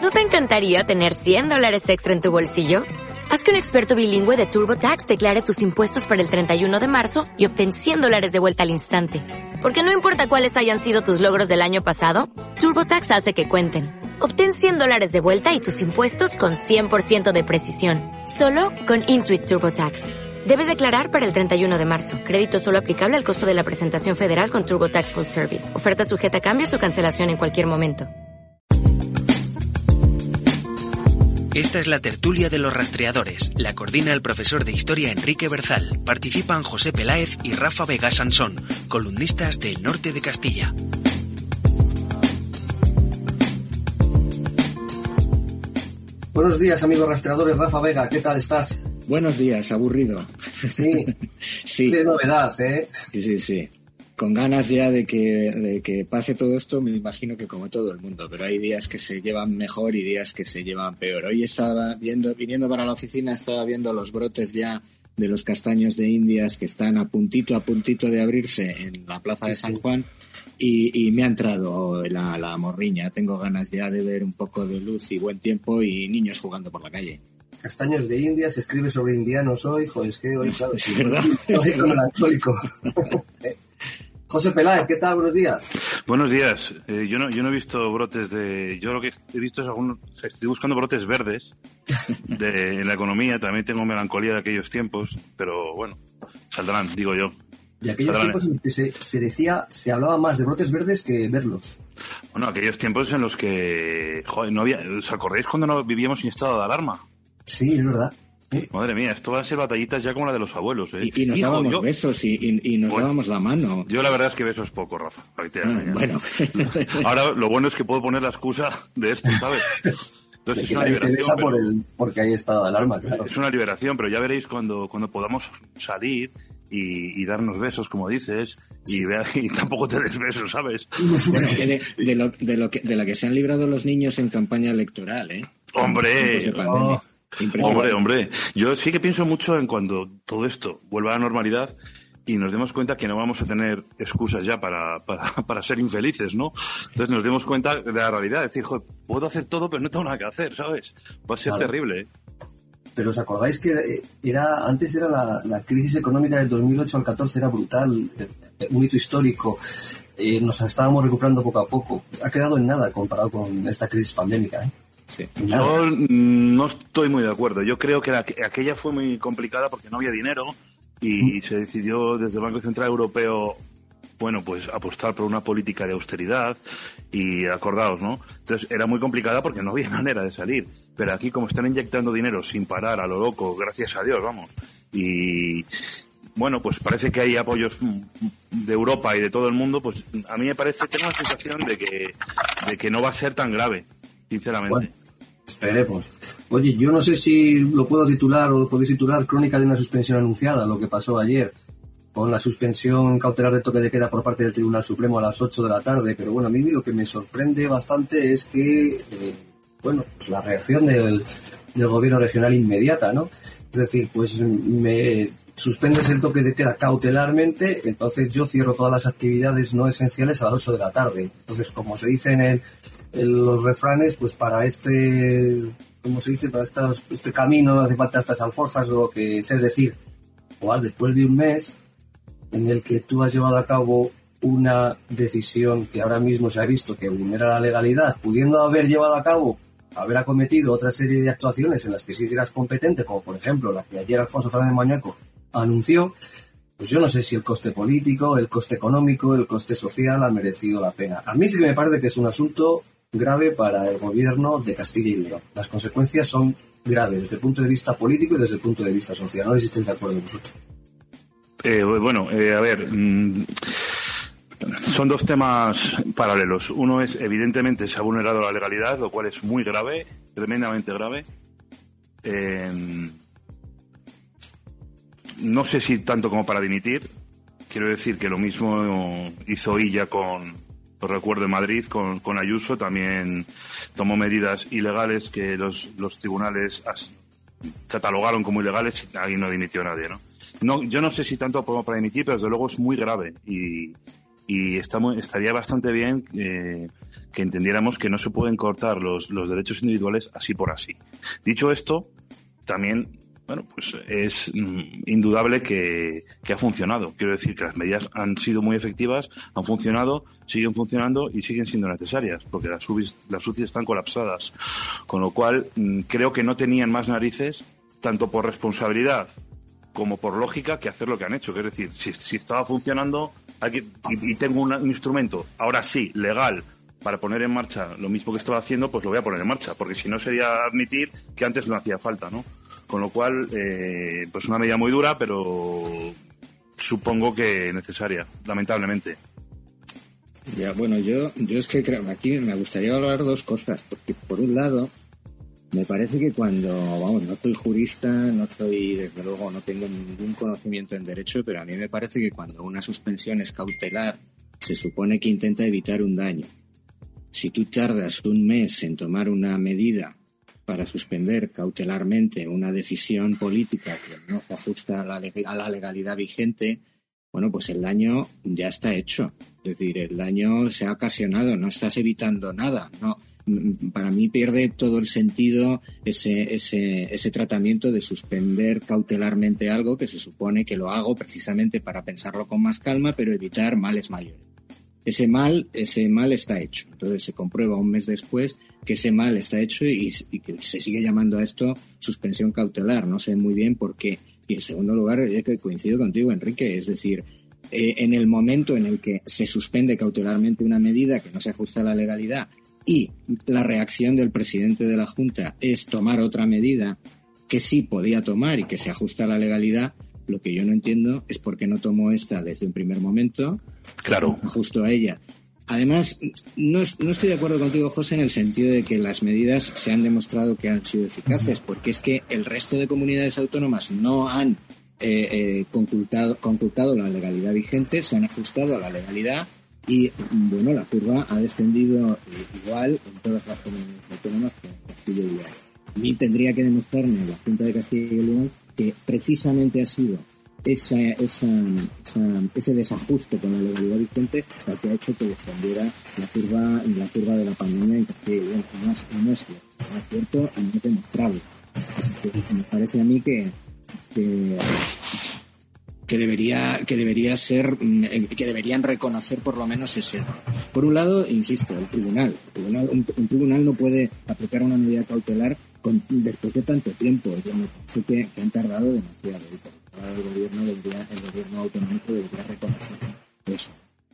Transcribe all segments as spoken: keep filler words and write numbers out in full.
¿No te encantaría tener cien dólares extra en tu bolsillo? Haz que un experto bilingüe de TurboTax declare tus impuestos para el treinta y uno de marzo y obtén cien dólares de vuelta al instante. Porque no importa cuáles hayan sido tus logros del año pasado, TurboTax hace que cuenten. Obtén cien dólares de vuelta y tus impuestos con cien por ciento de precisión. Solo con Intuit TurboTax. Debes declarar para el treinta y uno de marzo. Crédito solo aplicable al costo de la presentación federal con TurboTax Full Service. Oferta sujeta a cambios o cancelación en cualquier momento. Esta es la tertulia de los rastreadores. La coordina el profesor de Historia Enrique Berzal. Participan José Peláez y Rafa Vega Sansón, columnistas del norte de Castilla. Buenos días, amigos rastreadores. Rafa Vega, ¿qué tal estás? Buenos días, aburrido. Sí, sí. Qué novedad, ¿eh? Sí, sí, sí. Con ganas ya de que, de que pase todo esto, me imagino que como todo el mundo, pero hay días que se llevan mejor y días que se llevan peor. Hoy estaba viendo, viniendo para la oficina, estaba viendo los brotes ya de los castaños de Indias que están a puntito, a puntito de abrirse en la plaza de San Juan y, y me ha entrado la, la morriña. Tengo ganas ya de ver un poco de luz y buen tiempo y niños jugando por la calle. Castaños de Indias, se escribe sobre indianos hoy, joder, es que hoy, claro, es verdad. Hoy con el alcohólico. José Peláez, ¿qué tal? Buenos días. Buenos días. Eh, yo no yo no he visto brotes de... Yo lo que he visto es algunos... Estoy buscando brotes verdes de, en la economía. También tengo melancolía de aquellos tiempos, pero bueno, saldrán, digo yo. Y aquellos saldrán. tiempos en los que se, se decía, se hablaba más de brotes verdes que verlos. Bueno, aquellos tiempos en los que... Joder, no había... ¿Os acordáis cuando no vivíamos sin estado de alarma? Sí, es verdad. ¿Sí? Madre mía, esto va a ser batallitas ya como la de los abuelos, ¿eh? Y, y nos Hijo, dábamos yo... besos y, y, y nos bueno, dábamos la mano. Yo la verdad es que besos poco, Rafa. Ah, bueno. Ahora lo bueno es que puedo poner la excusa de esto, ¿sabes? Entonces es una liberación. Por pero... el, porque hay estado de alarma, claro. Es una liberación, pero ya veréis cuando, cuando podamos salir y, y darnos besos, como dices, y, vea, y tampoco te des besos, ¿sabes? Bueno, que de, de, lo, de, lo que, de la que se han librado los niños en campaña electoral, ¿eh? ¡Hombre! Oh. Hombre, hombre. Yo sí que pienso mucho en cuando todo esto vuelva a la normalidad y nos demos cuenta que no vamos a tener excusas ya para, para, para ser infelices, ¿no? Entonces nos demos cuenta de la realidad. Es decir, joder, puedo hacer todo, pero no tengo nada que hacer, ¿sabes? Va a ser claro. Terrible, ¿eh? Pero ¿os acordáis que era antes era la, la crisis económica del dos mil ocho al catorce era brutal, un hito histórico, eh, nos estábamos recuperando poco a poco. Ha quedado en nada comparado con esta crisis pandémica, ¿eh? Sí. Yo no estoy muy de acuerdo. Yo creo que, la, que aquella fue muy complicada porque no había dinero y mm. se decidió desde el Banco Central Europeo, bueno, pues apostar por una política de austeridad y acordaos, ¿no? Entonces era muy complicada porque no había manera de salir. Pero aquí, como están inyectando dinero sin parar a lo loco, gracias a Dios, vamos, y bueno, pues parece que hay apoyos de Europa y de todo el mundo, pues a mí me parece, tengo la sensación de que, de que no va a ser tan grave, sinceramente. Bueno, esperemos. Oye, yo no sé si lo puedo titular o lo podéis titular Crónica de una suspensión anunciada, lo que pasó ayer, con la suspensión cautelar de toque de queda por parte del Tribunal Supremo a las ocho de la tarde, pero bueno, a mí lo que me sorprende bastante es que, eh, bueno, pues la reacción del, del gobierno regional inmediata, ¿no? Es decir, pues me suspendes el toque de queda cautelarmente, entonces yo cierro todas las actividades no esenciales a las ocho de la tarde. Entonces, como se dice en, el, en los refranes, pues para este, como se dice, para estos, este camino no hace falta estas alforjas o lo que sea, es decir, o después de un mes en el que tú has llevado a cabo una decisión que ahora mismo se ha visto que vulnera la legalidad, pudiendo haber llevado a cabo, haber acometido otra serie de actuaciones en las que sí eras competente, como por ejemplo la que ayer Alfonso Fernández Mañueco anunció, pues yo no sé si el coste político, el coste económico, el coste social ha merecido la pena. A mí sí que me parece que es un asunto grave para el gobierno de Castilla y León. Las consecuencias son graves desde el punto de vista político y desde el punto de vista social. No sé si estáis de acuerdo vosotros. Eh, bueno, eh, a ver, mmm, son dos temas paralelos. Uno es, evidentemente, se ha vulnerado la legalidad, lo cual es muy grave, tremendamente grave. Eh, no sé si tanto como para dimitir. Quiero decir que lo mismo hizo Illa con, lo recuerdo en Madrid, con, con Ayuso. También tomó medidas ilegales que los, los tribunales as, catalogaron como ilegales y ahí no dimitió nadie, ¿no? No, yo no sé si tanto como para dimitir, pero desde luego es muy grave y, y está muy, estaría bastante bien eh, que entendiéramos que no se pueden cortar los, los derechos individuales así por así. Dicho esto, también, bueno, pues es indudable que, que ha funcionado. Quiero decir que las medidas han sido muy efectivas, han funcionado, siguen funcionando y siguen siendo necesarias, porque las U C I, las U C I están colapsadas. Con lo cual, creo que no tenían más narices, tanto por responsabilidad como por lógica, que hacer lo que han hecho. Es decir, si, si estaba funcionando hay que, y, y tengo un, un instrumento, ahora sí, legal, para poner en marcha lo mismo que estaba haciendo, pues lo voy a poner en marcha, porque si no sería admitir que antes no hacía falta, ¿no? Con lo cual, eh, pues una medida muy dura, pero supongo que necesaria, lamentablemente. Ya, bueno, yo, yo es que creo, aquí me gustaría hablar dos cosas, porque por un lado, me parece que cuando, vamos, no soy jurista, no soy, desde luego, no tengo ningún conocimiento en derecho, pero a mí me parece que cuando una suspensión es cautelar, se supone que intenta evitar un daño. Si tú tardas un mes en tomar una medida para suspender cautelarmente una decisión política que no se ajusta a la, a la legalidad vigente, bueno, pues el daño ya está hecho. Es decir, el daño se ha ocasionado, no estás evitando nada, no. Para mí pierde todo el sentido ese, ese, ese tratamiento de suspender cautelarmente algo que se supone que lo hago precisamente para pensarlo con más calma, pero evitar males mayores. Ese mal, ese mal está hecho. Entonces se comprueba un mes después que ese mal está hecho y, y que se sigue llamando a esto suspensión cautelar. No sé muy bien por qué. Y en segundo lugar, ya que coincido contigo, Enrique, es decir, eh, en el momento en el que se suspende cautelarmente una medida que no se ajusta a la legalidad y la reacción del presidente de la Junta es tomar otra medida que sí podía tomar y que se ajusta a la legalidad, lo que yo no entiendo es por qué no tomó esta desde un primer momento, claro, justo a ella. Además, no, no estoy de acuerdo contigo, José, en el sentido de que las medidas se han demostrado que han sido eficaces, porque es que el resto de comunidades autónomas no han eh, eh, concultado, concultado la legalidad vigente, se han ajustado a la legalidad y, bueno, la curva ha descendido igual en todas las comunidades autónomas que en Castilla y León. A mí tendría que demostrarme la Junta de Castilla y León que precisamente ha sido esa, esa, esa, ese desajuste con la legalidad vigente lo que ha hecho que descendiera la curva, la curva de la pandemia en Castilla y León. No es, no es cierto, no es cierto y no es demostrable. Así me parece a mí que, que que debería que debería ser que deberían reconocer por lo menos ese error. Por un lado, insisto, el tribunal, el tribunal un, un tribunal no puede aplicar una medida cautelar con, después de tanto tiempo. Yo me parece que, que han tardado demasiado. El gobierno debería, el gobierno autonómico debería reconocer eso.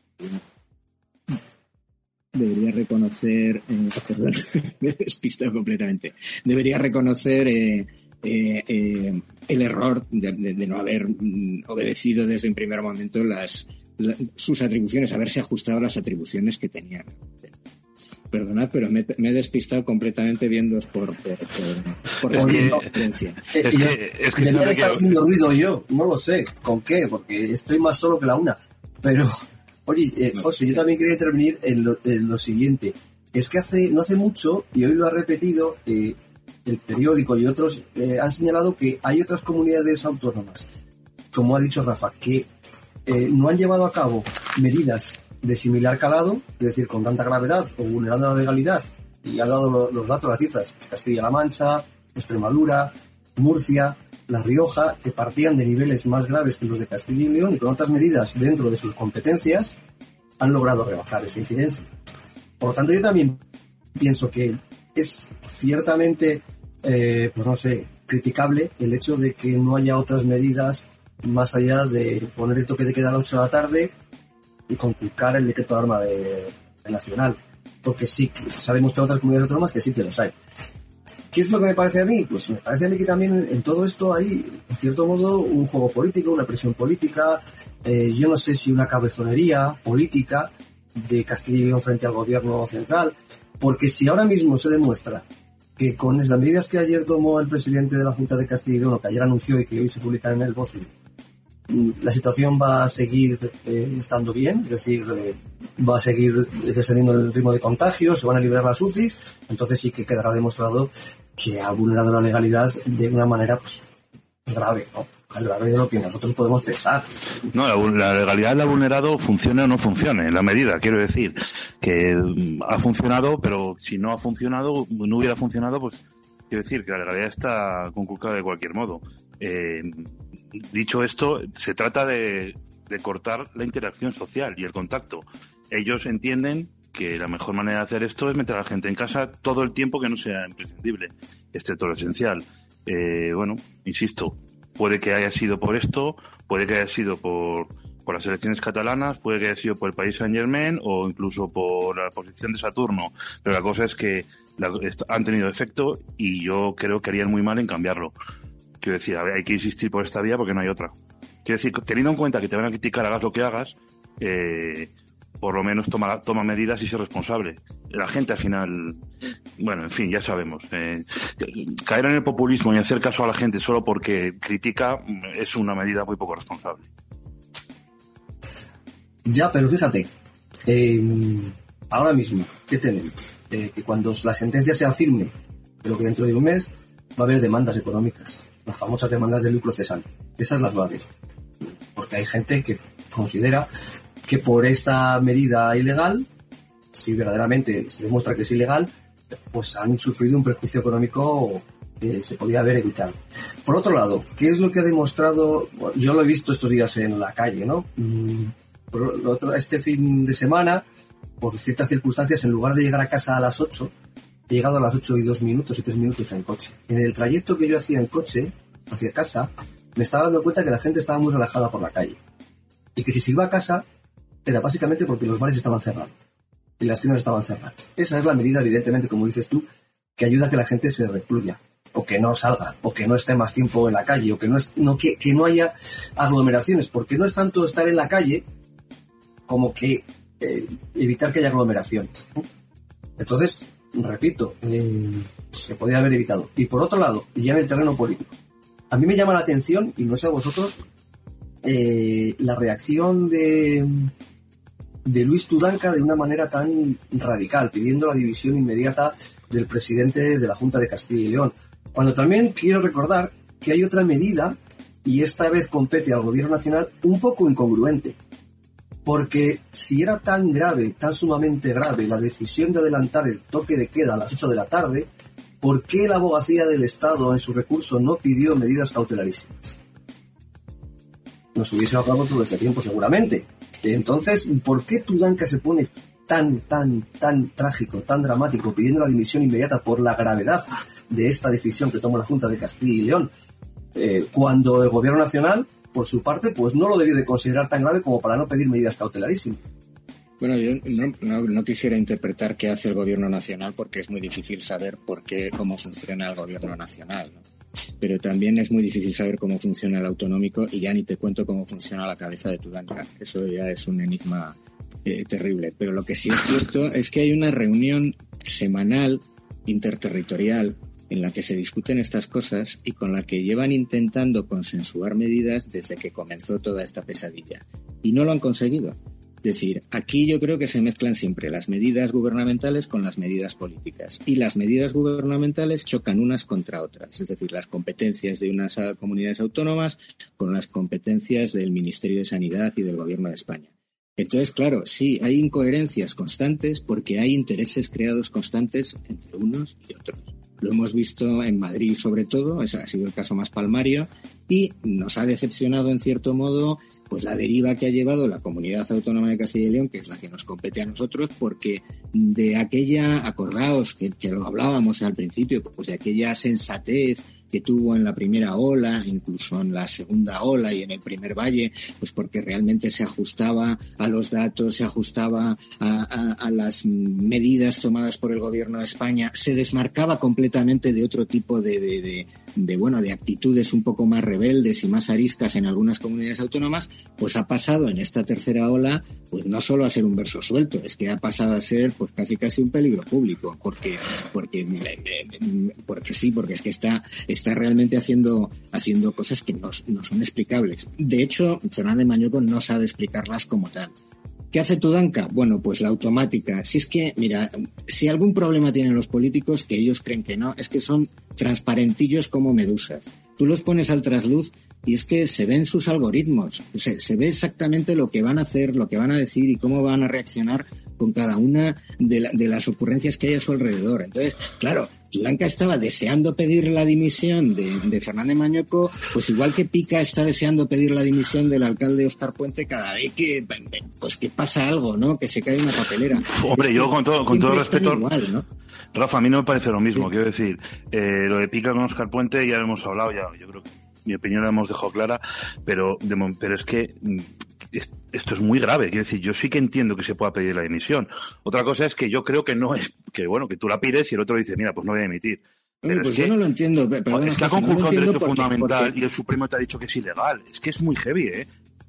Debería reconocer, eh, perdón, me he despistado completamente. Debería reconocer eh, eh, eh, el error de, de, de no haber mm, obedecido desde un primer momento las, la, sus atribuciones, haberse ajustado a las atribuciones que tenía. Perdonad, pero me, me he despistado completamente viendo por por, por, por conferencia. Es que, es que debería estar haciendo ruido yo, no lo sé con qué, porque estoy más solo que la una. Pero, oye, eh, José, yo también quería intervenir en lo, en lo siguiente. Es que hace no hace mucho, y hoy lo ha repetido, eh, el periódico y otros eh, han señalado que hay otras comunidades autónomas, como ha dicho Rafa, que eh, no han llevado a cabo medidas de similar calado, es decir, con tanta gravedad o vulnerando la legalidad, y ha dado lo, los datos, las cifras, pues Castilla-La Mancha, Extremadura, Murcia, La Rioja, que partían de niveles más graves que los de Castilla y León y con otras medidas dentro de sus competencias han logrado rebajar esa incidencia. Por lo tanto, yo también pienso que es ciertamente, eh, pues no sé, criticable el hecho de que no haya otras medidas más allá de poner el toque de queda a las ocho de la tarde y conculcar el decreto de arma de, de nacional, porque sí que sabemos que hay otras comunidades autónomas que sí que los hay. ¿Qué es lo que me parece a mí? Pues me parece a mí que también en todo esto hay, en cierto modo, un juego político, una presión política, eh, yo no sé si una cabezonería política de Castilla y León frente al gobierno central, porque si ahora mismo se demuestra que con las medidas que ayer tomó el presidente de la Junta de Castilla y León, o que ayer anunció y que hoy se publican en el B O C I, la situación va a seguir eh, estando bien, es decir, eh, va a seguir descendiendo el ritmo de contagios, se van a liberar las U C Is, entonces sí que quedará demostrado que ha vulnerado la legalidad de una manera pues grave, ¿no? más grave de lo que nosotros podemos pensar. No, la, la legalidad la ha vulnerado, funcione o no funcione, en la medida, quiero decir, que ha funcionado, pero si no ha funcionado, no hubiera funcionado, pues quiero decir que la legalidad está conculcada de cualquier modo. Eh, dicho esto, se trata de, de cortar la interacción social y el contacto. Ellos entienden que la mejor manera de hacer esto es meter a la gente en casa todo el tiempo que no sea imprescindible, excepto lo esencial. Eh, bueno, insisto, puede que haya sido por esto, puede que haya sido por, por las elecciones catalanas, puede que haya sido por el Paris Saint-Germain o incluso por la posición de Saturno, pero la cosa es que la, han tenido efecto y yo creo que harían muy mal en cambiarlo. Quiero decir, hay que insistir por esta vía porque no hay otra. Quiero decir, teniendo en cuenta que te van a criticar, hagas lo que hagas, eh, por lo menos toma, toma medidas y sé responsable. La gente al final, bueno, en fin, ya sabemos. Eh, caer en el populismo y hacer caso a la gente solo porque critica es una medida muy poco responsable. Ya, pero fíjate, eh, ahora mismo, ¿qué tenemos? Eh, que cuando la sentencia sea firme, pero que dentro de un mes va a haber demandas económicas, las famosas demandas de lucro cesante. Esas las va a haber. Porque hay gente que considera que por esta medida ilegal, si verdaderamente se demuestra que es ilegal, pues han sufrido un perjuicio económico que se podía haber evitado. Por otro lado, ¿qué es lo que ha demostrado? Bueno, yo lo he visto estos días en la calle, ¿no? Por otro, este fin de semana, por ciertas circunstancias, en lugar de llegar a casa a las ocho, he llegado a las ocho y dos minutos y tres minutos en coche. En el trayecto que yo hacía en coche, hacia casa, me estaba dando cuenta que la gente estaba muy relajada por la calle. Y que si se iba a casa, era básicamente porque los bares estaban cerrados y las tiendas estaban cerradas. Esa es la medida, evidentemente, como dices tú, que ayuda a que la gente se recluya, o que no salga, o que no esté más tiempo en la calle, o que no, es, no, que, que no haya aglomeraciones, porque no es tanto estar en la calle como que eh, evitar que haya aglomeraciones, ¿no? Entonces, repito, eh, se podía haber evitado. Y por otro lado, ya en el terreno político, a mí me llama la atención, y no sé a vosotros, eh, la reacción de... de Luis Tudanca de una manera tan radical, pidiendo la división inmediata del presidente de la Junta de Castilla y León. Cuando también quiero recordar que hay otra medida, y esta vez compete al Gobierno Nacional, un poco incongruente. Porque si era tan grave, tan sumamente grave, la decisión de adelantar el toque de queda a las ocho de la tarde, ¿por qué la abogacía del Estado en su recurso no pidió medidas cautelarísimas? Nos hubiese ahorrado todo ese tiempo seguramente. Entonces, ¿por qué Tudanca se pone tan, tan, tan trágico, tan dramático, pidiendo la dimisión inmediata por la gravedad de esta decisión que tomó la Junta de Castilla y León? Eh, cuando el Gobierno Nacional, por su parte, pues no lo debió de considerar tan grave como para no pedir medidas cautelarísimas. Bueno, yo no, no, no quisiera interpretar qué hace el Gobierno Nacional porque es muy difícil saber por qué, cómo funciona el Gobierno Nacional, ¿no? Pero también es muy difícil saber cómo funciona el autonómico y ya ni te cuento cómo funciona la cabeza de Tudanca. Eso ya es un enigma eh, terrible. Pero lo que sí es cierto es que hay una reunión semanal interterritorial en la que se discuten estas cosas y con la que llevan intentando consensuar medidas desde que comenzó toda esta pesadilla. Y no lo han conseguido. Es decir, aquí yo creo que se mezclan siempre las medidas gubernamentales con las medidas políticas. Y las medidas gubernamentales chocan unas contra otras. Es decir, las competencias de unas comunidades autónomas con las competencias del Ministerio de Sanidad y del Gobierno de España. Entonces, claro, sí, hay incoherencias constantes porque hay intereses creados constantes entre unos y otros. Lo hemos visto en Madrid sobre todo, ese ha sido el caso más palmario, y nos ha decepcionado en cierto modo pues la deriva que ha llevado la Comunidad Autónoma de Castilla y León, que es la que nos compete a nosotros, porque de aquella, acordaos que, que lo hablábamos al principio, pues de aquella sensatez que tuvo en la primera ola, incluso en la segunda ola y en el primer valle, pues porque realmente se ajustaba a los datos, se ajustaba a, a, a las medidas tomadas por el Gobierno de España, se desmarcaba completamente de otro tipo de, de, de, de, bueno, de actitudes un poco más rebeldes y más ariscas en algunas comunidades autónomas, pues ha pasado en esta tercera ola, pues no solo a ser un verso suelto, es que ha pasado a ser pues casi casi un peligro público, porque, porque, porque sí, porque es que está está realmente haciendo haciendo cosas que no, no son explicables. De hecho, Fernández Mañueco no sabe explicarlas como tal. ¿Qué hace Tudanca? Bueno, pues la automática. Si es que, mira, si algún problema tienen los políticos, que ellos creen que no, es que son transparentillos como medusas. Tú los pones al trasluz y es que se ven sus algoritmos, se, se ve exactamente lo que van a hacer, lo que van a decir y cómo van a reaccionar con cada una de, la, de las ocurrencias que hay a su alrededor. Entonces, claro, Tudanca estaba deseando pedir la dimisión de, de Fernández Mañueco, pues igual que Pica está deseando pedir la dimisión del alcalde Óscar Puente cada vez que, pues que pasa algo, ¿no? Que se cae una papelera. Hombre, yo con todo, con todo respeto, igual, ¿no? Rafa, a mí no me parece lo mismo, sí. Quiero decir, eh, lo de Pica con Óscar Puente ya lo hemos hablado, ya, yo creo que mi opinión la hemos dejado clara, pero, de, pero es que esto es muy grave. Quiero decir, yo sí que entiendo que se pueda pedir la dimisión. Otra cosa es que yo creo que no es, que bueno, que tú la pides y el otro dice, mira, pues no voy a dimitir. Pero pues es yo que no lo entiendo. Perdona, está José, conculcado no un derecho porque, fundamental porque... y el Supremo te ha dicho que es ilegal. Es que es muy heavy, ¿eh?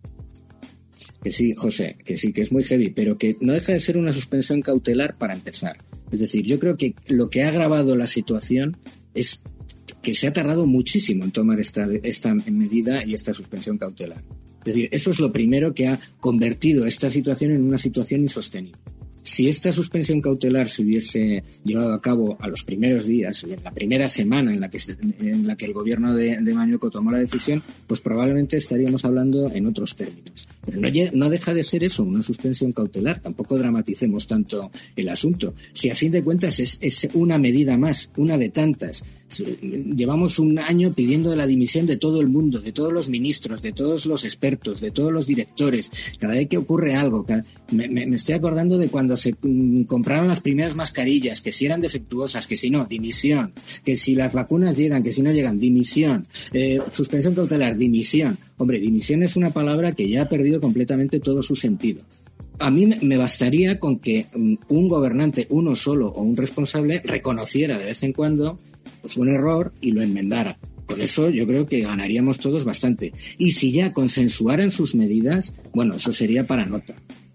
Que sí, José, que sí, que es muy heavy, pero que no deja de ser una suspensión cautelar para empezar. Es decir, yo creo que lo que ha agravado la situación es que se ha tardado muchísimo en tomar esta, esta medida y esta suspensión cautelar. Es decir, eso es lo primero que ha convertido esta situación en una situación insostenible. Si esta suspensión cautelar se hubiese llevado a cabo a los primeros días, en la primera semana en la que, se, en la que el gobierno de, de Mañueco tomó la decisión, pues probablemente estaríamos hablando en otros términos. Pero no, no deja de ser eso, una suspensión cautelar. Tampoco dramaticemos tanto el asunto. Si a fin de cuentas es, es una medida más, una de tantas. Llevamos un año pidiendo la dimisión de todo el mundo, de todos los ministros, de todos los expertos, de todos los directores. Cada vez que ocurre algo, cada, me, me, me estoy acordando de cuando se um, compraron las primeras mascarillas, que si eran defectuosas, que si no, dimisión, que si las vacunas llegan, que si no llegan, dimisión, eh, suspensión cautelar, dimisión. Hombre, dimisión es una palabra que ya ha perdido completamente todo su sentido. A mí me bastaría con que um, un gobernante, uno solo o un responsable, reconociera de vez en cuando pues un error y lo enmendara. Con eso yo creo que ganaríamos todos bastante. Y si ya consensuaran sus medidas, bueno, eso sería para nota.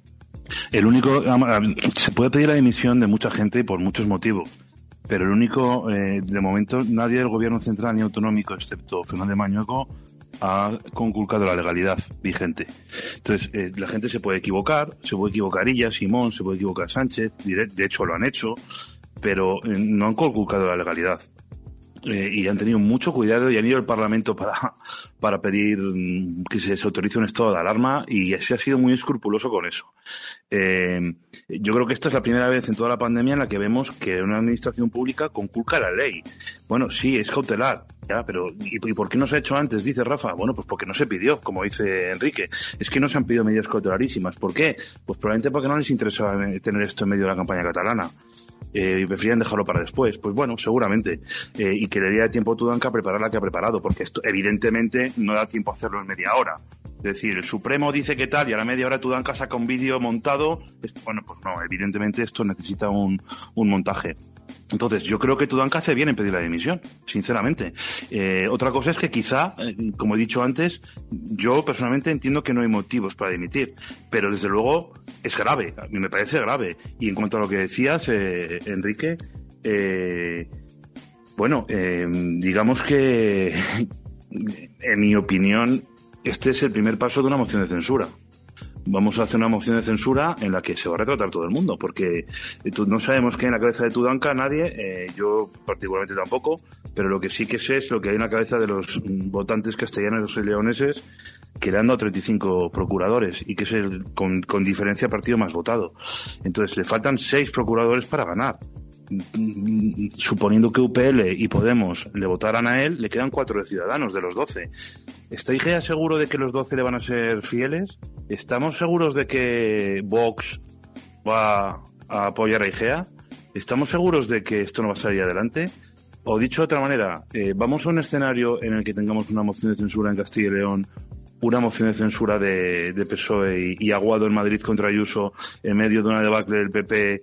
El único, se puede pedir la dimisión de mucha gente y por muchos motivos, pero el único, eh, de momento, nadie del gobierno central ni autonómico, excepto Fernández Mañueco, ha conculcado la legalidad vigente. Entonces, eh, la gente se puede equivocar, se puede equivocar Illa, Simón, se puede equivocar Sánchez, de hecho lo han hecho, pero eh, no han conculcado la legalidad. Eh, y han tenido mucho cuidado y han ido al Parlamento para, para pedir que se, se autorice un estado de alarma y se ha sido muy escrupuloso con eso. Eh, yo creo que esta es la primera vez en toda la pandemia en la que vemos que una administración pública conculca la ley. Bueno, sí, es cautelar, ya, pero ¿y, y por qué no se ha hecho antes? Dice Rafa. Bueno, pues porque no se pidió, como dice Enrique. Es que no se han pedido medidas cautelarísimas. ¿Por qué? Pues probablemente porque no les interesaba tener esto en medio de la campaña catalana. Eh, y preferían dejarlo para después. Pues bueno, seguramente. Eh, y que le daría tiempo a Tudanca a preparar la que ha preparado, porque esto evidentemente no da tiempo a hacerlo en media hora. Es decir, el Supremo dice que tal y a la media hora Tudanca saca un vídeo montado. Bueno, pues no, evidentemente esto necesita un, un montaje. Entonces, yo creo que Tudanca hace bien en pedir la dimisión, sinceramente. Eh, otra cosa es que quizá, eh, como he dicho antes, yo personalmente entiendo que no hay motivos para dimitir, pero desde luego es grave, a mí me parece grave. Y en cuanto a lo que decías, eh, Enrique, eh, bueno, eh, digamos que, en mi opinión, este es el primer paso de una moción de censura. Vamos a hacer una moción de censura en la que se va a retratar todo el mundo, porque no sabemos qué hay en la cabeza de Tudanca, nadie, eh, yo particularmente tampoco, pero lo que sí que sé es lo que hay en la cabeza de los votantes castellanos y leoneses, que le han dado treinta y cinco procuradores y que es el con, con diferencia partido más votado. Entonces le faltan seis procuradores para ganar. Suponiendo que U P L y Podemos le votaran a él, le quedan cuatro de Ciudadanos de los doce. ¿Está Igea seguro de que los doce le van a ser fieles? ¿Estamos seguros de que Vox va a apoyar a Igea? ¿Estamos seguros de que esto no va a salir adelante? O dicho de otra manera, eh, vamos a un escenario en el que tengamos una moción de censura en Castilla y León, una moción de censura de, de P S O E y, y Aguado en Madrid contra Ayuso en medio de una debacle del P P.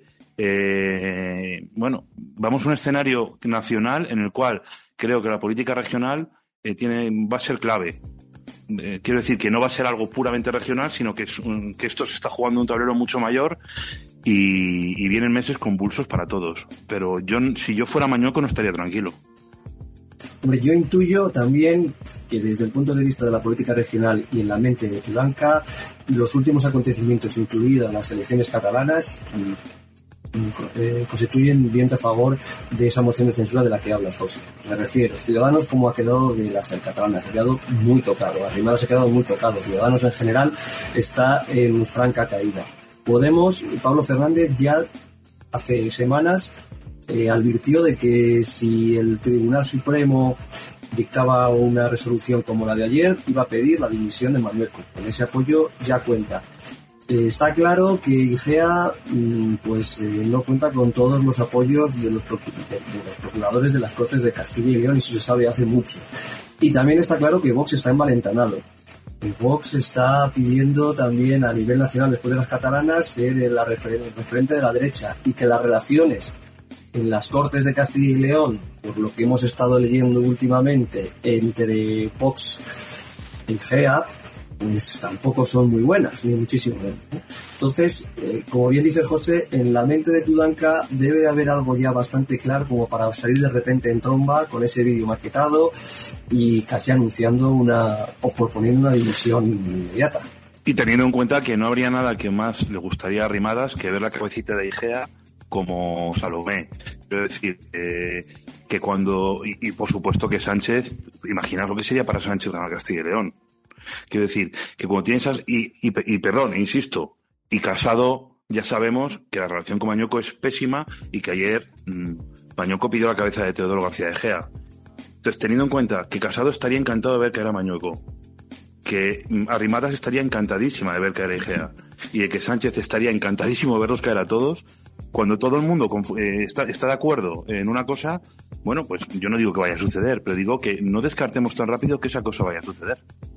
Eh, bueno, vamos a un escenario nacional en el cual creo que la política regional eh, tiene va a ser clave. Eh, quiero decir que no va a ser algo puramente regional, sino que, es un, que esto se está jugando un tablero mucho mayor y, y vienen meses convulsos para todos. Pero yo, si yo fuera Mañueco, no estaría tranquilo. Hombre, yo intuyo también que desde el punto de vista de la política regional y en la mente de Tudanca, los últimos acontecimientos, incluidas las elecciones catalanas, eh, constituyen viento a favor de esa moción de censura de la que hablas, José. Me refiero, Ciudadanos como ha quedado de las catalanas, ha quedado muy tocado, Arrimadas ha quedado muy tocado, Ciudadanos en general está en franca caída. Podemos, Pablo Fernández ya hace semanas eh, advirtió de que si el Tribunal Supremo dictaba una resolución como la de ayer, iba a pedir la dimisión de Manuel Cook. Con ese apoyo ya cuenta. Eh, está claro que Igea mm, pues eh, no cuenta con todos los apoyos de los, de, de los procuradores de las Cortes de Castilla y León, y eso se sabe hace mucho. Y también está claro que Vox está envalentonado. Vox está pidiendo también a nivel nacional, después de las catalanas, ser la refer- el referente de la derecha, y que las relaciones en las Cortes de Castilla y León, por lo que hemos estado leyendo últimamente, entre Vox y Igea, pues tampoco son muy buenas, ni muchísimo menos. Entonces, eh, como bien dice José, en la mente de Tudanca debe de haber algo ya bastante claro como para salir de repente en tromba con ese vídeo maquetado y casi anunciando una, o proponiendo una dimisión inmediata. Y teniendo en cuenta que no habría nada que más le gustaría a Arrimadas que ver la cabecita de Igea como Salomé. Quiero decir, eh, que cuando, y, y por supuesto que Sánchez, imaginad lo que sería para Sánchez ganar Castilla y León. Quiero decir, que cuando tienes esas, y, y, y perdón, insisto, y Casado, ya sabemos que la relación con Mañueco es pésima y que ayer mmm, Mañueco pidió la cabeza de Teodoro García de Egea. Entonces, teniendo en cuenta que Casado estaría encantado de ver caer a Mañueco, que mmm, Arrimadas estaría encantadísima de ver caer a Egea, y de que Sánchez estaría encantadísimo de verlos caer a todos, cuando todo el mundo eh, está, está de acuerdo en una cosa, bueno, pues yo no digo que vaya a suceder, pero digo que no descartemos tan rápido que esa cosa vaya a suceder.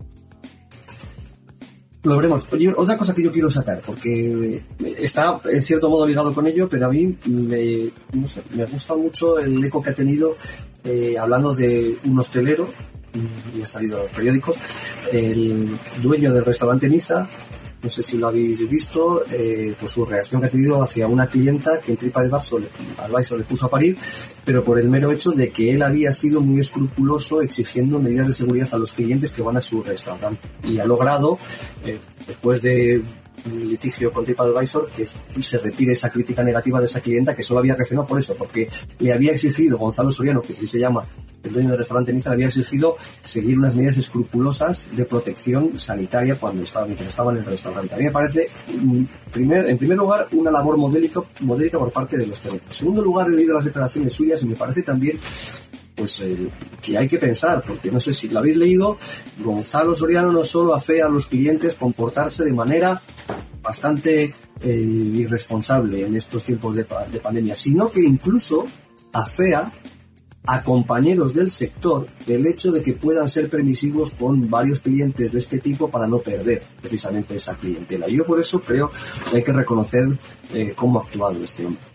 Lo veremos. Oye, otra cosa que yo quiero sacar, porque está en cierto modo ligado con ello, pero a mí me, no sé, me gusta mucho el eco que ha tenido eh, hablando de un hostelero, y ha salido en los periódicos, el dueño del restaurante Niza. No sé si lo habéis visto, eh, pues su reacción que ha tenido hacia una clienta que en TripAdvisor le, le puso a parir, pero por el mero hecho de que él había sido muy escrupuloso exigiendo medidas de seguridad a los clientes que van a su restaurante. Y ha logrado, eh, después de un litigio con TripAdvisor, que se retire esa crítica negativa de esa clienta que solo había reaccionado por eso, porque le había exigido Gonzalo Soriano, que así se llama el dueño del restaurante Niza, le había exigido seguir unas medidas escrupulosas de protección sanitaria cuando estaba, mientras estaba en el restaurante. A mí me parece, primer, en primer lugar, una labor modélica, modélica por parte de los técnicos. En segundo lugar, he leído las declaraciones suyas y me parece también pues eh, que hay que pensar, porque no sé si lo habéis leído, Gonzalo Soriano no solo afea a los clientes comportarse de manera bastante eh, irresponsable en estos tiempos de, de pandemia, sino que incluso afea a compañeros del sector el hecho de que puedan ser permisivos con varios clientes de este tipo para no perder precisamente esa clientela. Y yo por eso creo que hay que reconocer eh, cómo ha actuado este hombre.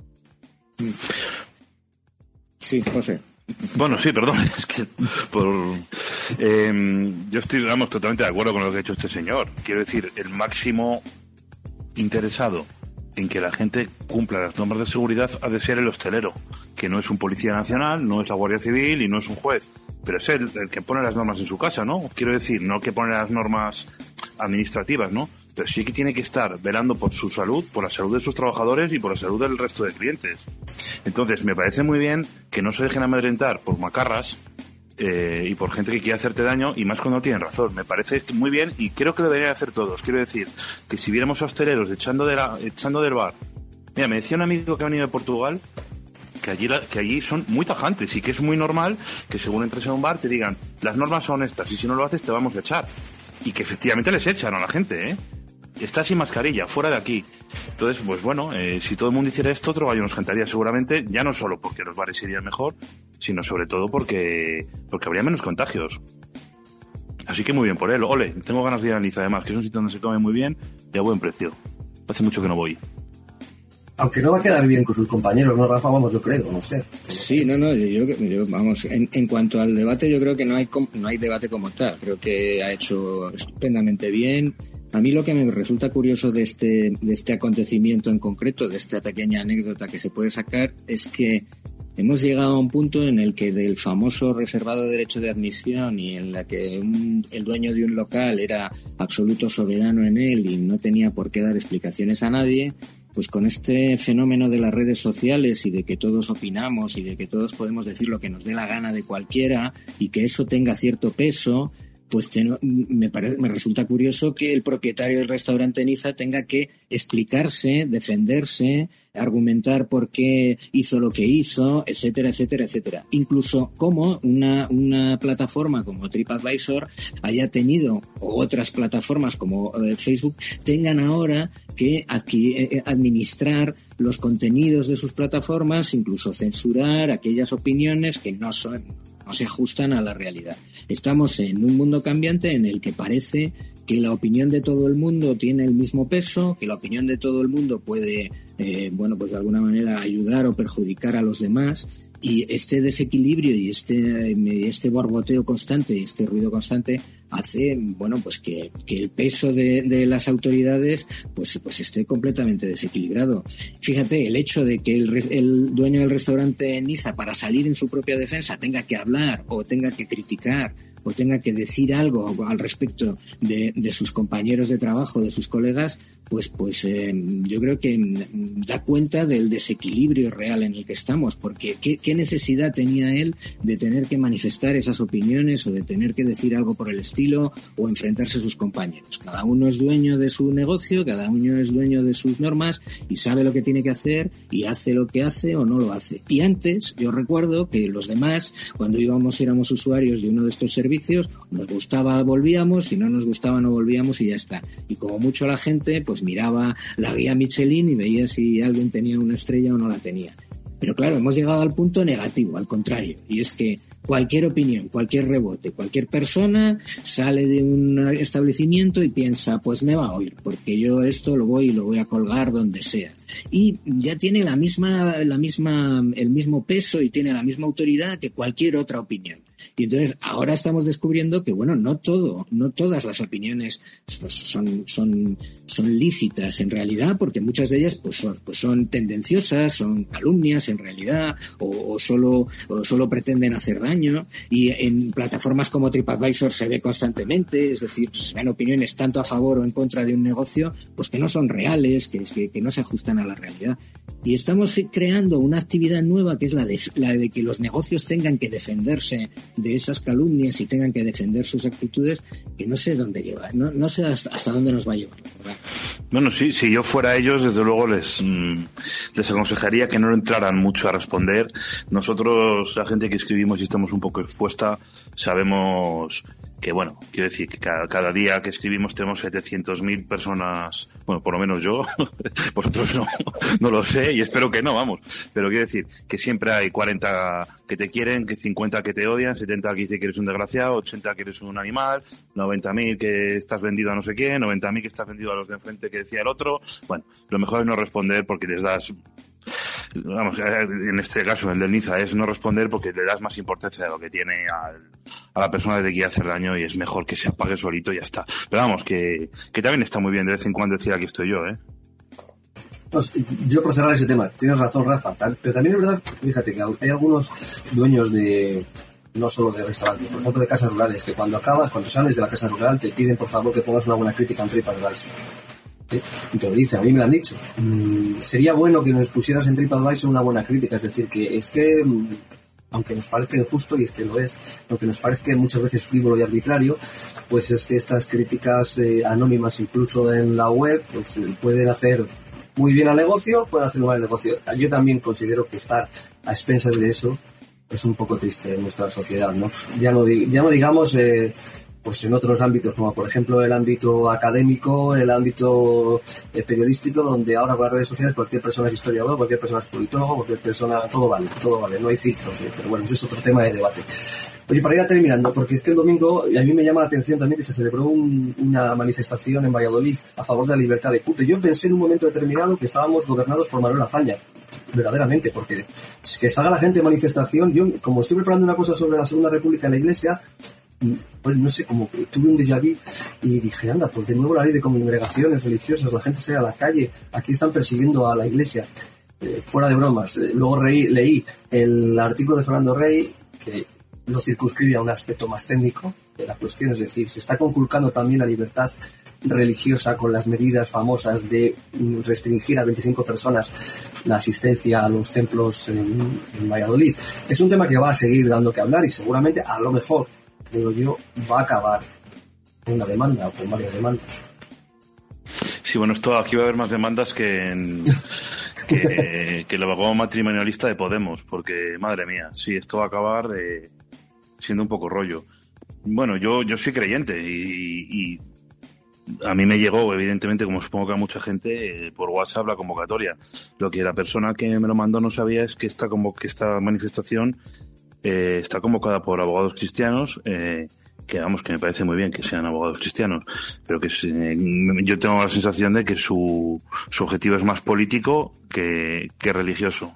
Sí, José. Bueno, sí, perdón, es que por, eh, yo estoy, vamos, totalmente de acuerdo con lo que ha hecho este señor. Quiero decir, el máximo interesado en que la gente cumpla las normas de seguridad ha de ser el hostelero, que no es un policía nacional, no es la Guardia Civil y no es un juez, pero es el, el que pone las normas en su casa, ¿no? Quiero decir, no el que pone las normas administrativas, ¿no? Pero sí que tiene que estar velando por su salud, por la salud de sus trabajadores y por la salud del resto de clientes. Entonces, me parece muy bien que no se dejen amedrentar por macarras eh, y por gente que quiere hacerte daño, y más cuando no tienen razón. Me parece muy bien y creo que lo deberían hacer todos. Quiero decir, que si viéramos a hosteleros echando, de la, echando del bar... Mira, me decía un amigo que ha venido de Portugal que allí, que allí son muy tajantes y que es muy normal que según entres a un bar te digan las normas son estas y si no lo haces te vamos a echar. Y que efectivamente les echan a la gente, ¿eh? Está sin mascarilla, fuera de aquí. Entonces, pues bueno, eh, si todo el mundo hiciera esto, otro gallo nos cantaría seguramente, ya no solo porque los bares irían mejor, sino sobre todo porque porque habría menos contagios. Así que muy bien por él. Ole, tengo ganas de ir a Niza, además, que es un sitio donde se come muy bien y a buen precio. Hace mucho que no voy. Aunque no va a quedar bien con sus compañeros, ¿no, Rafa? Vamos, yo creo, no sé. Sí, no, no, yo, yo vamos, en, en cuanto al debate, yo creo que no hay no hay debate como tal. Creo que ha hecho estupendamente bien. A mí lo que me resulta curioso de este de este acontecimiento en concreto, de esta pequeña anécdota que se puede sacar, es que hemos llegado a un punto en el que del famoso reservado derecho de admisión y en la que un, el dueño de un local era absoluto soberano en él y no tenía por qué dar explicaciones a nadie, pues con este fenómeno de las redes sociales y de que todos opinamos y de que todos podemos decir lo que nos dé la gana de cualquiera y que eso tenga cierto peso, pues te, me, parece, me resulta curioso que el propietario del restaurante Niza tenga que explicarse, defenderse, argumentar por qué hizo lo que hizo, etcétera, etcétera, etcétera. Incluso como una, una plataforma como TripAdvisor haya tenido, o otras plataformas como eh, Facebook, tengan ahora que adqui- eh, administrar los contenidos de sus plataformas, incluso censurar aquellas opiniones que no son... no se ajustan a la realidad. Estamos en un mundo cambiante en el que parece que la opinión de todo el mundo tiene el mismo peso, que la opinión de todo el mundo puede, eh, bueno, pues de alguna manera ayudar o perjudicar a los demás, y este desequilibrio y este, este borboteo constante y este ruido constante hace, bueno, pues que, que el peso de, de las autoridades pues, pues esté completamente desequilibrado. Fíjate, el hecho de que el, el dueño del restaurante Niza, para salir en su propia defensa, tenga que hablar o tenga que criticar o tenga que decir algo al respecto de, de sus compañeros de trabajo, de sus colegas, pues, pues eh, yo creo que da cuenta del desequilibrio real en el que estamos, porque ¿qué, qué necesidad tenía él de tener que manifestar esas opiniones o de tener que decir algo por el estilo o enfrentarse a sus compañeros? Cada uno es dueño de su negocio, cada uno es dueño de sus normas y sabe lo que tiene que hacer y hace lo que hace o no lo hace. Y antes, yo recuerdo que los demás, cuando íbamos, éramos usuarios de uno de estos servicios, nos gustaba, volvíamos, si no nos gustaba, no volvíamos y ya está. Y como mucho la gente, pues miraba la guía Michelin y veía si alguien tenía una estrella o no la tenía. Pero claro, hemos llegado al punto negativo, al contrario, y es que cualquier opinión, cualquier rebote, cualquier persona sale de un establecimiento y piensa, pues me va a oír, porque yo esto lo voy y lo voy a colgar donde sea. Y ya tiene la misma, la misma, el mismo peso y tiene la misma autoridad que cualquier otra opinión. Y entonces ahora estamos descubriendo que, bueno, no todo, no todas las opiniones pues, son, son, son lícitas en realidad, porque muchas de ellas pues son, pues son tendenciosas, son calumnias en realidad, o, o solo, o solo pretenden hacer daño. Y en plataformas como TripAdvisor se ve constantemente, es decir, se ven opiniones tanto a favor o en contra de un negocio, pues que no son reales, que, que, que no se ajustan a la realidad. Y estamos creando una actividad nueva que es la de, la de que los negocios tengan que defenderse de esas calumnias y tengan que defender sus actitudes, que no sé dónde lleva, no, no sé hasta, hasta dónde nos va a llevar. Bueno, sí, si yo fuera ellos, desde luego les, mmm, les aconsejaría que no entraran mucho a responder. Nosotros, la gente que escribimos y estamos un poco expuesta, sabemos que, bueno, quiero decir que cada, cada día que escribimos tenemos setecientas mil personas, bueno, por lo menos yo, vosotros no, no lo sé y espero que no, vamos, pero quiero decir que siempre hay cuarenta que te quieren, que cincuenta que te odian, setenta que dicen que eres un desgraciado, ochenta que eres un animal, noventa mil que estás vendido a no sé quién, noventa mil que estás vendido a los de enfrente que decía el otro. Bueno, lo mejor es no responder porque les das, vamos, en este caso el del Niza es no responder porque le das más importancia de lo que tiene al, a la persona que te quiere hacer daño y es mejor que se apague solito y ya está. Pero vamos, que, que también está muy bien de vez en cuando decir aquí estoy yo, ¿eh? Pues, yo por cerrar ese tema, tienes razón, Rafa, pero también es verdad, fíjate que hay algunos dueños de, no solo de restaurantes, por ejemplo de casas rurales, que cuando acabas, cuando sales de la casa rural te piden por favor que pongas una buena crítica en TripAdvisor. ¿Sí? Y te lo dicen, a mí me lo han dicho. Mm, sería bueno que nos pusieras en TripAdvisor una buena crítica, es decir, que es que, aunque nos parezca injusto, y es que lo es, aunque nos parezca muchas veces frívolo y arbitrario, pues es que estas críticas eh, anónimas incluso en la web, pues eh, pueden hacer muy bien al negocio, pueden hacer mal al negocio. Yo también considero que estar a expensas de eso es un poco triste en nuestra sociedad, ¿no? Ya no, ya no digamos eh, pues en otros ámbitos, como por ejemplo el ámbito académico, el ámbito eh, periodístico, donde ahora con las redes sociales cualquier persona es historiador, cualquier persona es politólogo, cualquier persona, todo vale, todo vale, no hay filtros, ¿eh? Pero bueno, ese es otro tema de debate. Oye, para ir a terminando, porque es que el domingo, y a mí me llama la atención también que se celebró un, una manifestación en Valladolid a favor de la libertad de culto. Yo pensé en un momento determinado que estábamos gobernados por Manuel Azaña, verdaderamente, porque que salga la gente de manifestación, yo como estoy preparando una cosa sobre la Segunda República en la Iglesia, pues no sé, como que tuve un déjà vu y dije, anda, pues de nuevo la ley de congregaciones religiosas, la gente sale a la calle, aquí están persiguiendo a la Iglesia, eh, fuera de bromas. Eh, luego reí, leí el artículo de Fernando Rey, que lo circunscribe a un aspecto más técnico, de la cuestión. Es decir, se está conculcando también la libertad religiosa con las medidas famosas de restringir a veinticinco personas la asistencia a los templos en, en Valladolid. Es un tema que va a seguir dando que hablar y seguramente, a lo mejor, creo yo, va a acabar con una demanda o con varias demandas. Sí, bueno, esto aquí va a haber más demandas que en, que, que el abogado matrimonialista de Podemos, porque, madre mía, sí, esto va a acabar eh, siendo un poco rollo. Bueno, yo yo soy creyente y, y a mí me llegó, evidentemente, como supongo que a mucha gente, eh, por WhatsApp la convocatoria. Lo que la persona que me lo mandó no sabía es que esta, como, que esta manifestación eh, está convocada por abogados cristianos, eh, que vamos, que me parece muy bien que sean abogados cristianos, pero que eh, yo tengo la sensación de que su, su objetivo es más político que, que religioso.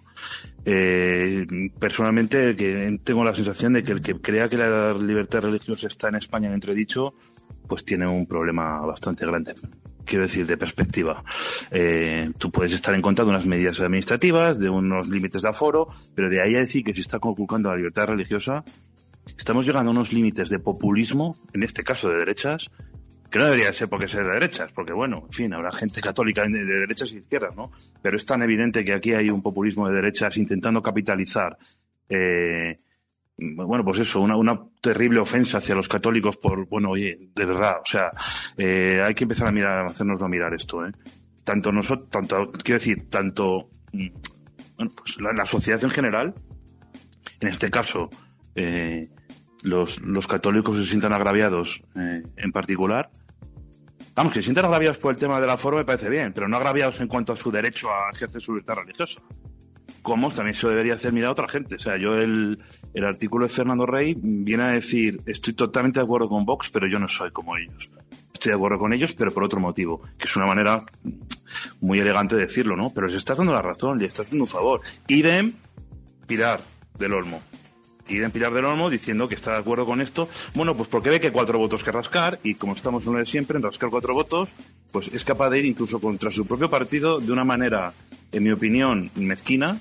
Eh, personalmente que tengo la sensación de que el que crea que la libertad religiosa está en España en entredicho, pues tiene un problema bastante grande. Quiero decir, de perspectiva. Eh, tú puedes estar en contra de unas medidas administrativas, de unos límites de aforo, pero de ahí a decir que se está conculcando la libertad religiosa, estamos llegando a unos límites de populismo, en este caso de derechas, que no debería ser porque sea de derechas, porque bueno, en fin, habrá gente católica de derechas y izquierdas, ¿no? Pero es tan evidente que aquí hay un populismo de derechas intentando capitalizar, eh, bueno, pues eso, una, una terrible ofensa hacia los católicos por, bueno, oye, de verdad, o sea, eh, hay que empezar a mirar, a hacernoslo mirar esto, ¿eh? Tanto nosotros, tanto, quiero decir, tanto, bueno, pues la, la sociedad en general, en este caso, eh, los, los católicos se sientan agraviados, eh, en particular. Vamos, que se sientan agraviados por el tema del aforo me parece bien, pero no agraviados en cuanto a su derecho a ejercer su libertad religiosa. Como también se debería hacer mirar a otra gente. O sea, yo el, el artículo de Fernando Rey viene a decir, estoy totalmente de acuerdo con Vox, pero yo no soy como ellos. Estoy de acuerdo con ellos, pero por otro motivo, que es una manera muy elegante de decirlo, ¿no? Pero les estás dando la razón, les estás haciendo un favor. Idem, Pilar del Olmo. Idem, Pilar del Olmo, diciendo que está de acuerdo con esto. Bueno, pues porque ve que cuatro votos que rascar, y como estamos en lo de siempre, en rascar cuatro votos, pues es capaz de ir incluso contra su propio partido de una manera, en mi opinión, mezquina,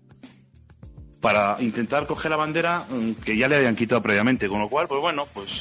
para intentar coger la bandera que ya le habían quitado previamente, con lo cual, pues bueno, pues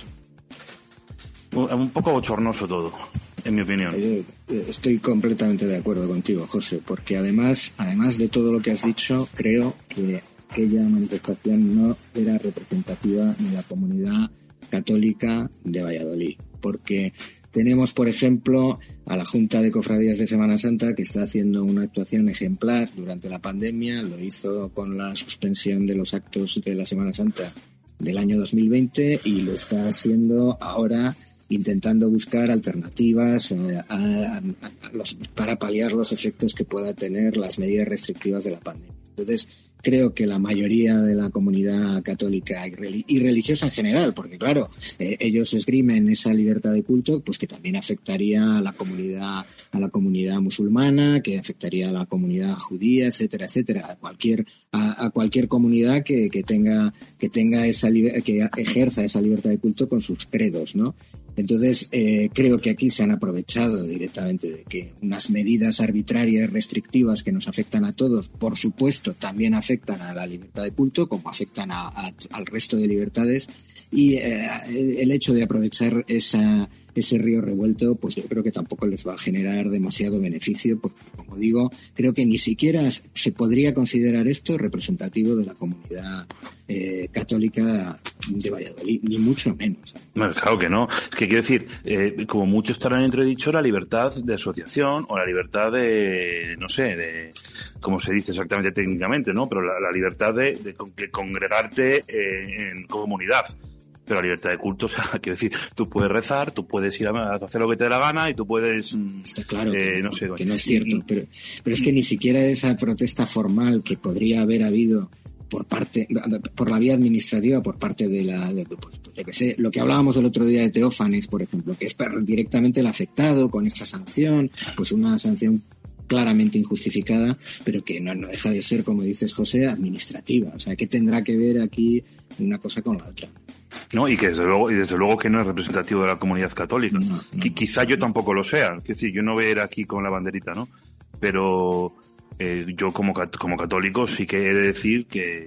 un poco bochornoso todo, en mi opinión. Estoy completamente de acuerdo contigo, José, porque además, además de todo lo que has dicho, creo que aquella manifestación no era representativa de la comunidad católica de Valladolid, porque tenemos, por ejemplo, a la Junta de Cofradías de Semana Santa, que está haciendo una actuación ejemplar durante la pandemia. Lo hizo con la suspensión de los actos de la Semana Santa del año dos mil veinte y lo está haciendo ahora intentando buscar alternativas eh, a, a, a los, para paliar los efectos que pueda tener las medidas restrictivas de la pandemia. Entonces, creo que la mayoría de la comunidad católica y religiosa en general, porque claro, eh, ellos esgrimen esa libertad de culto, pues que también afectaría a la comunidad, a la comunidad musulmana, que afectaría a la comunidad judía, etcétera, etcétera, a cualquier, a, a cualquier comunidad que, que tenga, que tenga esa que ejerza esa libertad de culto con sus credos, ¿no? Entonces, eh, creo que aquí se han aprovechado directamente de que unas medidas arbitrarias, restrictivas que nos afectan a todos, por supuesto, también afectan a la libertad de culto, como afectan a, a, al resto de libertades. Y eh, el, el hecho de aprovechar esa, ese río revuelto, pues yo creo que tampoco les va a generar demasiado beneficio, porque, como digo, creo que ni siquiera se podría considerar esto representativo de la comunidad eh, católica de Valladolid, ni mucho menos. No, claro que no. Es que quiero decir, eh, como mucho estará en entredicho la libertad de asociación o la libertad de, no sé, de, ¿cómo se dice exactamente técnicamente, no? Pero la, la libertad de, de, de congregarte eh, en comunidad. Pero la libertad de culto, o sea, quiero decir, tú puedes rezar, tú puedes ir a hacer lo que te dé la gana y tú puedes... Está claro eh, que, no, sé, que no es cierto, y, pero, pero es que ni siquiera esa protesta formal que podría haber habido por parte, por la vía administrativa, por parte de la, de, pues, yo que sé, lo que hablábamos el otro día de Teófanes, por ejemplo, que es directamente el afectado con esa sanción, pues una sanción claramente injustificada, pero que no, no deja de ser, como dices, José, administrativa. O sea, ¿qué tendrá que ver aquí una cosa con la otra? No, y que desde luego, y desde luego que no es representativo de la comunidad católica. No, no, Qu- quizá yo tampoco lo sea. Es decir, yo no voy a ir aquí con la banderita, ¿no? Pero eh, yo como como católico sí que he de decir que,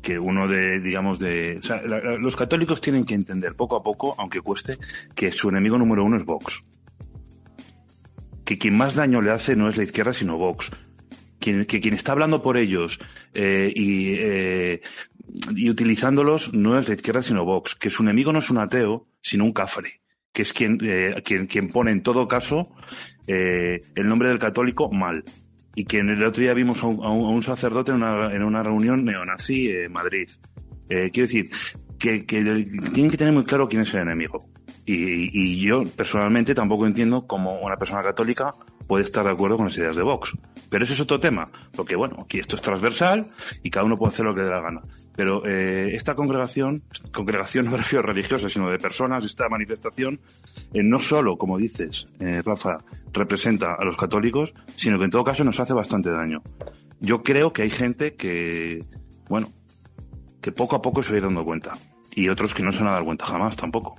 que uno de, digamos, de... O sea, la, la, los católicos tienen que entender poco a poco, aunque cueste, que su enemigo número uno es Vox. Que quien más daño le hace no es la izquierda, sino Vox. Quien, que quien está hablando por ellos eh, y, eh, y utilizándolos no es la izquierda, sino Vox. Que su enemigo no es un ateo, sino un cafre. Que es quien, eh, quien, quien pone en todo caso eh, el nombre del católico mal. Y que en el otro día vimos a un, a un sacerdote en una, en una reunión neonazi en Madrid. Eh, quiero decir, que, que tienen que tener muy claro quién es el enemigo. Y, y yo, personalmente, tampoco entiendo cómo una persona católica puede estar de acuerdo con las ideas de Vox. Pero ese es otro tema. Porque, bueno, aquí esto es transversal y cada uno puede hacer lo que dé la gana. Pero eh, esta congregación, congregación no me refiero religiosa, sino de personas, esta manifestación, eh, no solo, como dices, eh, Rafa, representa a los católicos, sino que en todo caso nos hace bastante daño. Yo creo que hay gente que, bueno, que poco a poco se va a ir dando cuenta. Y otros que no se van a dar cuenta jamás tampoco.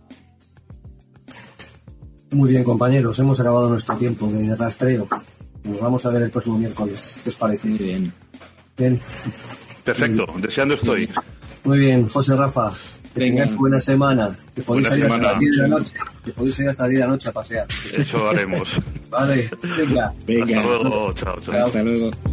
Muy bien, compañeros, hemos acabado nuestro tiempo de rastreo. Nos vamos a ver el próximo miércoles. ¿Qué os parece? Muy bien. Bien. Perfecto, deseando estoy. Muy bien, José, Rafa, que Venga. tengáis buena semana. Que podéis Buena salir hasta semana. las diez de la noche. Que podéis salir hasta las diez de la noche a pasear. Eso haremos. Vale, venga. Venga. Hasta luego, chao, chao. Hasta luego.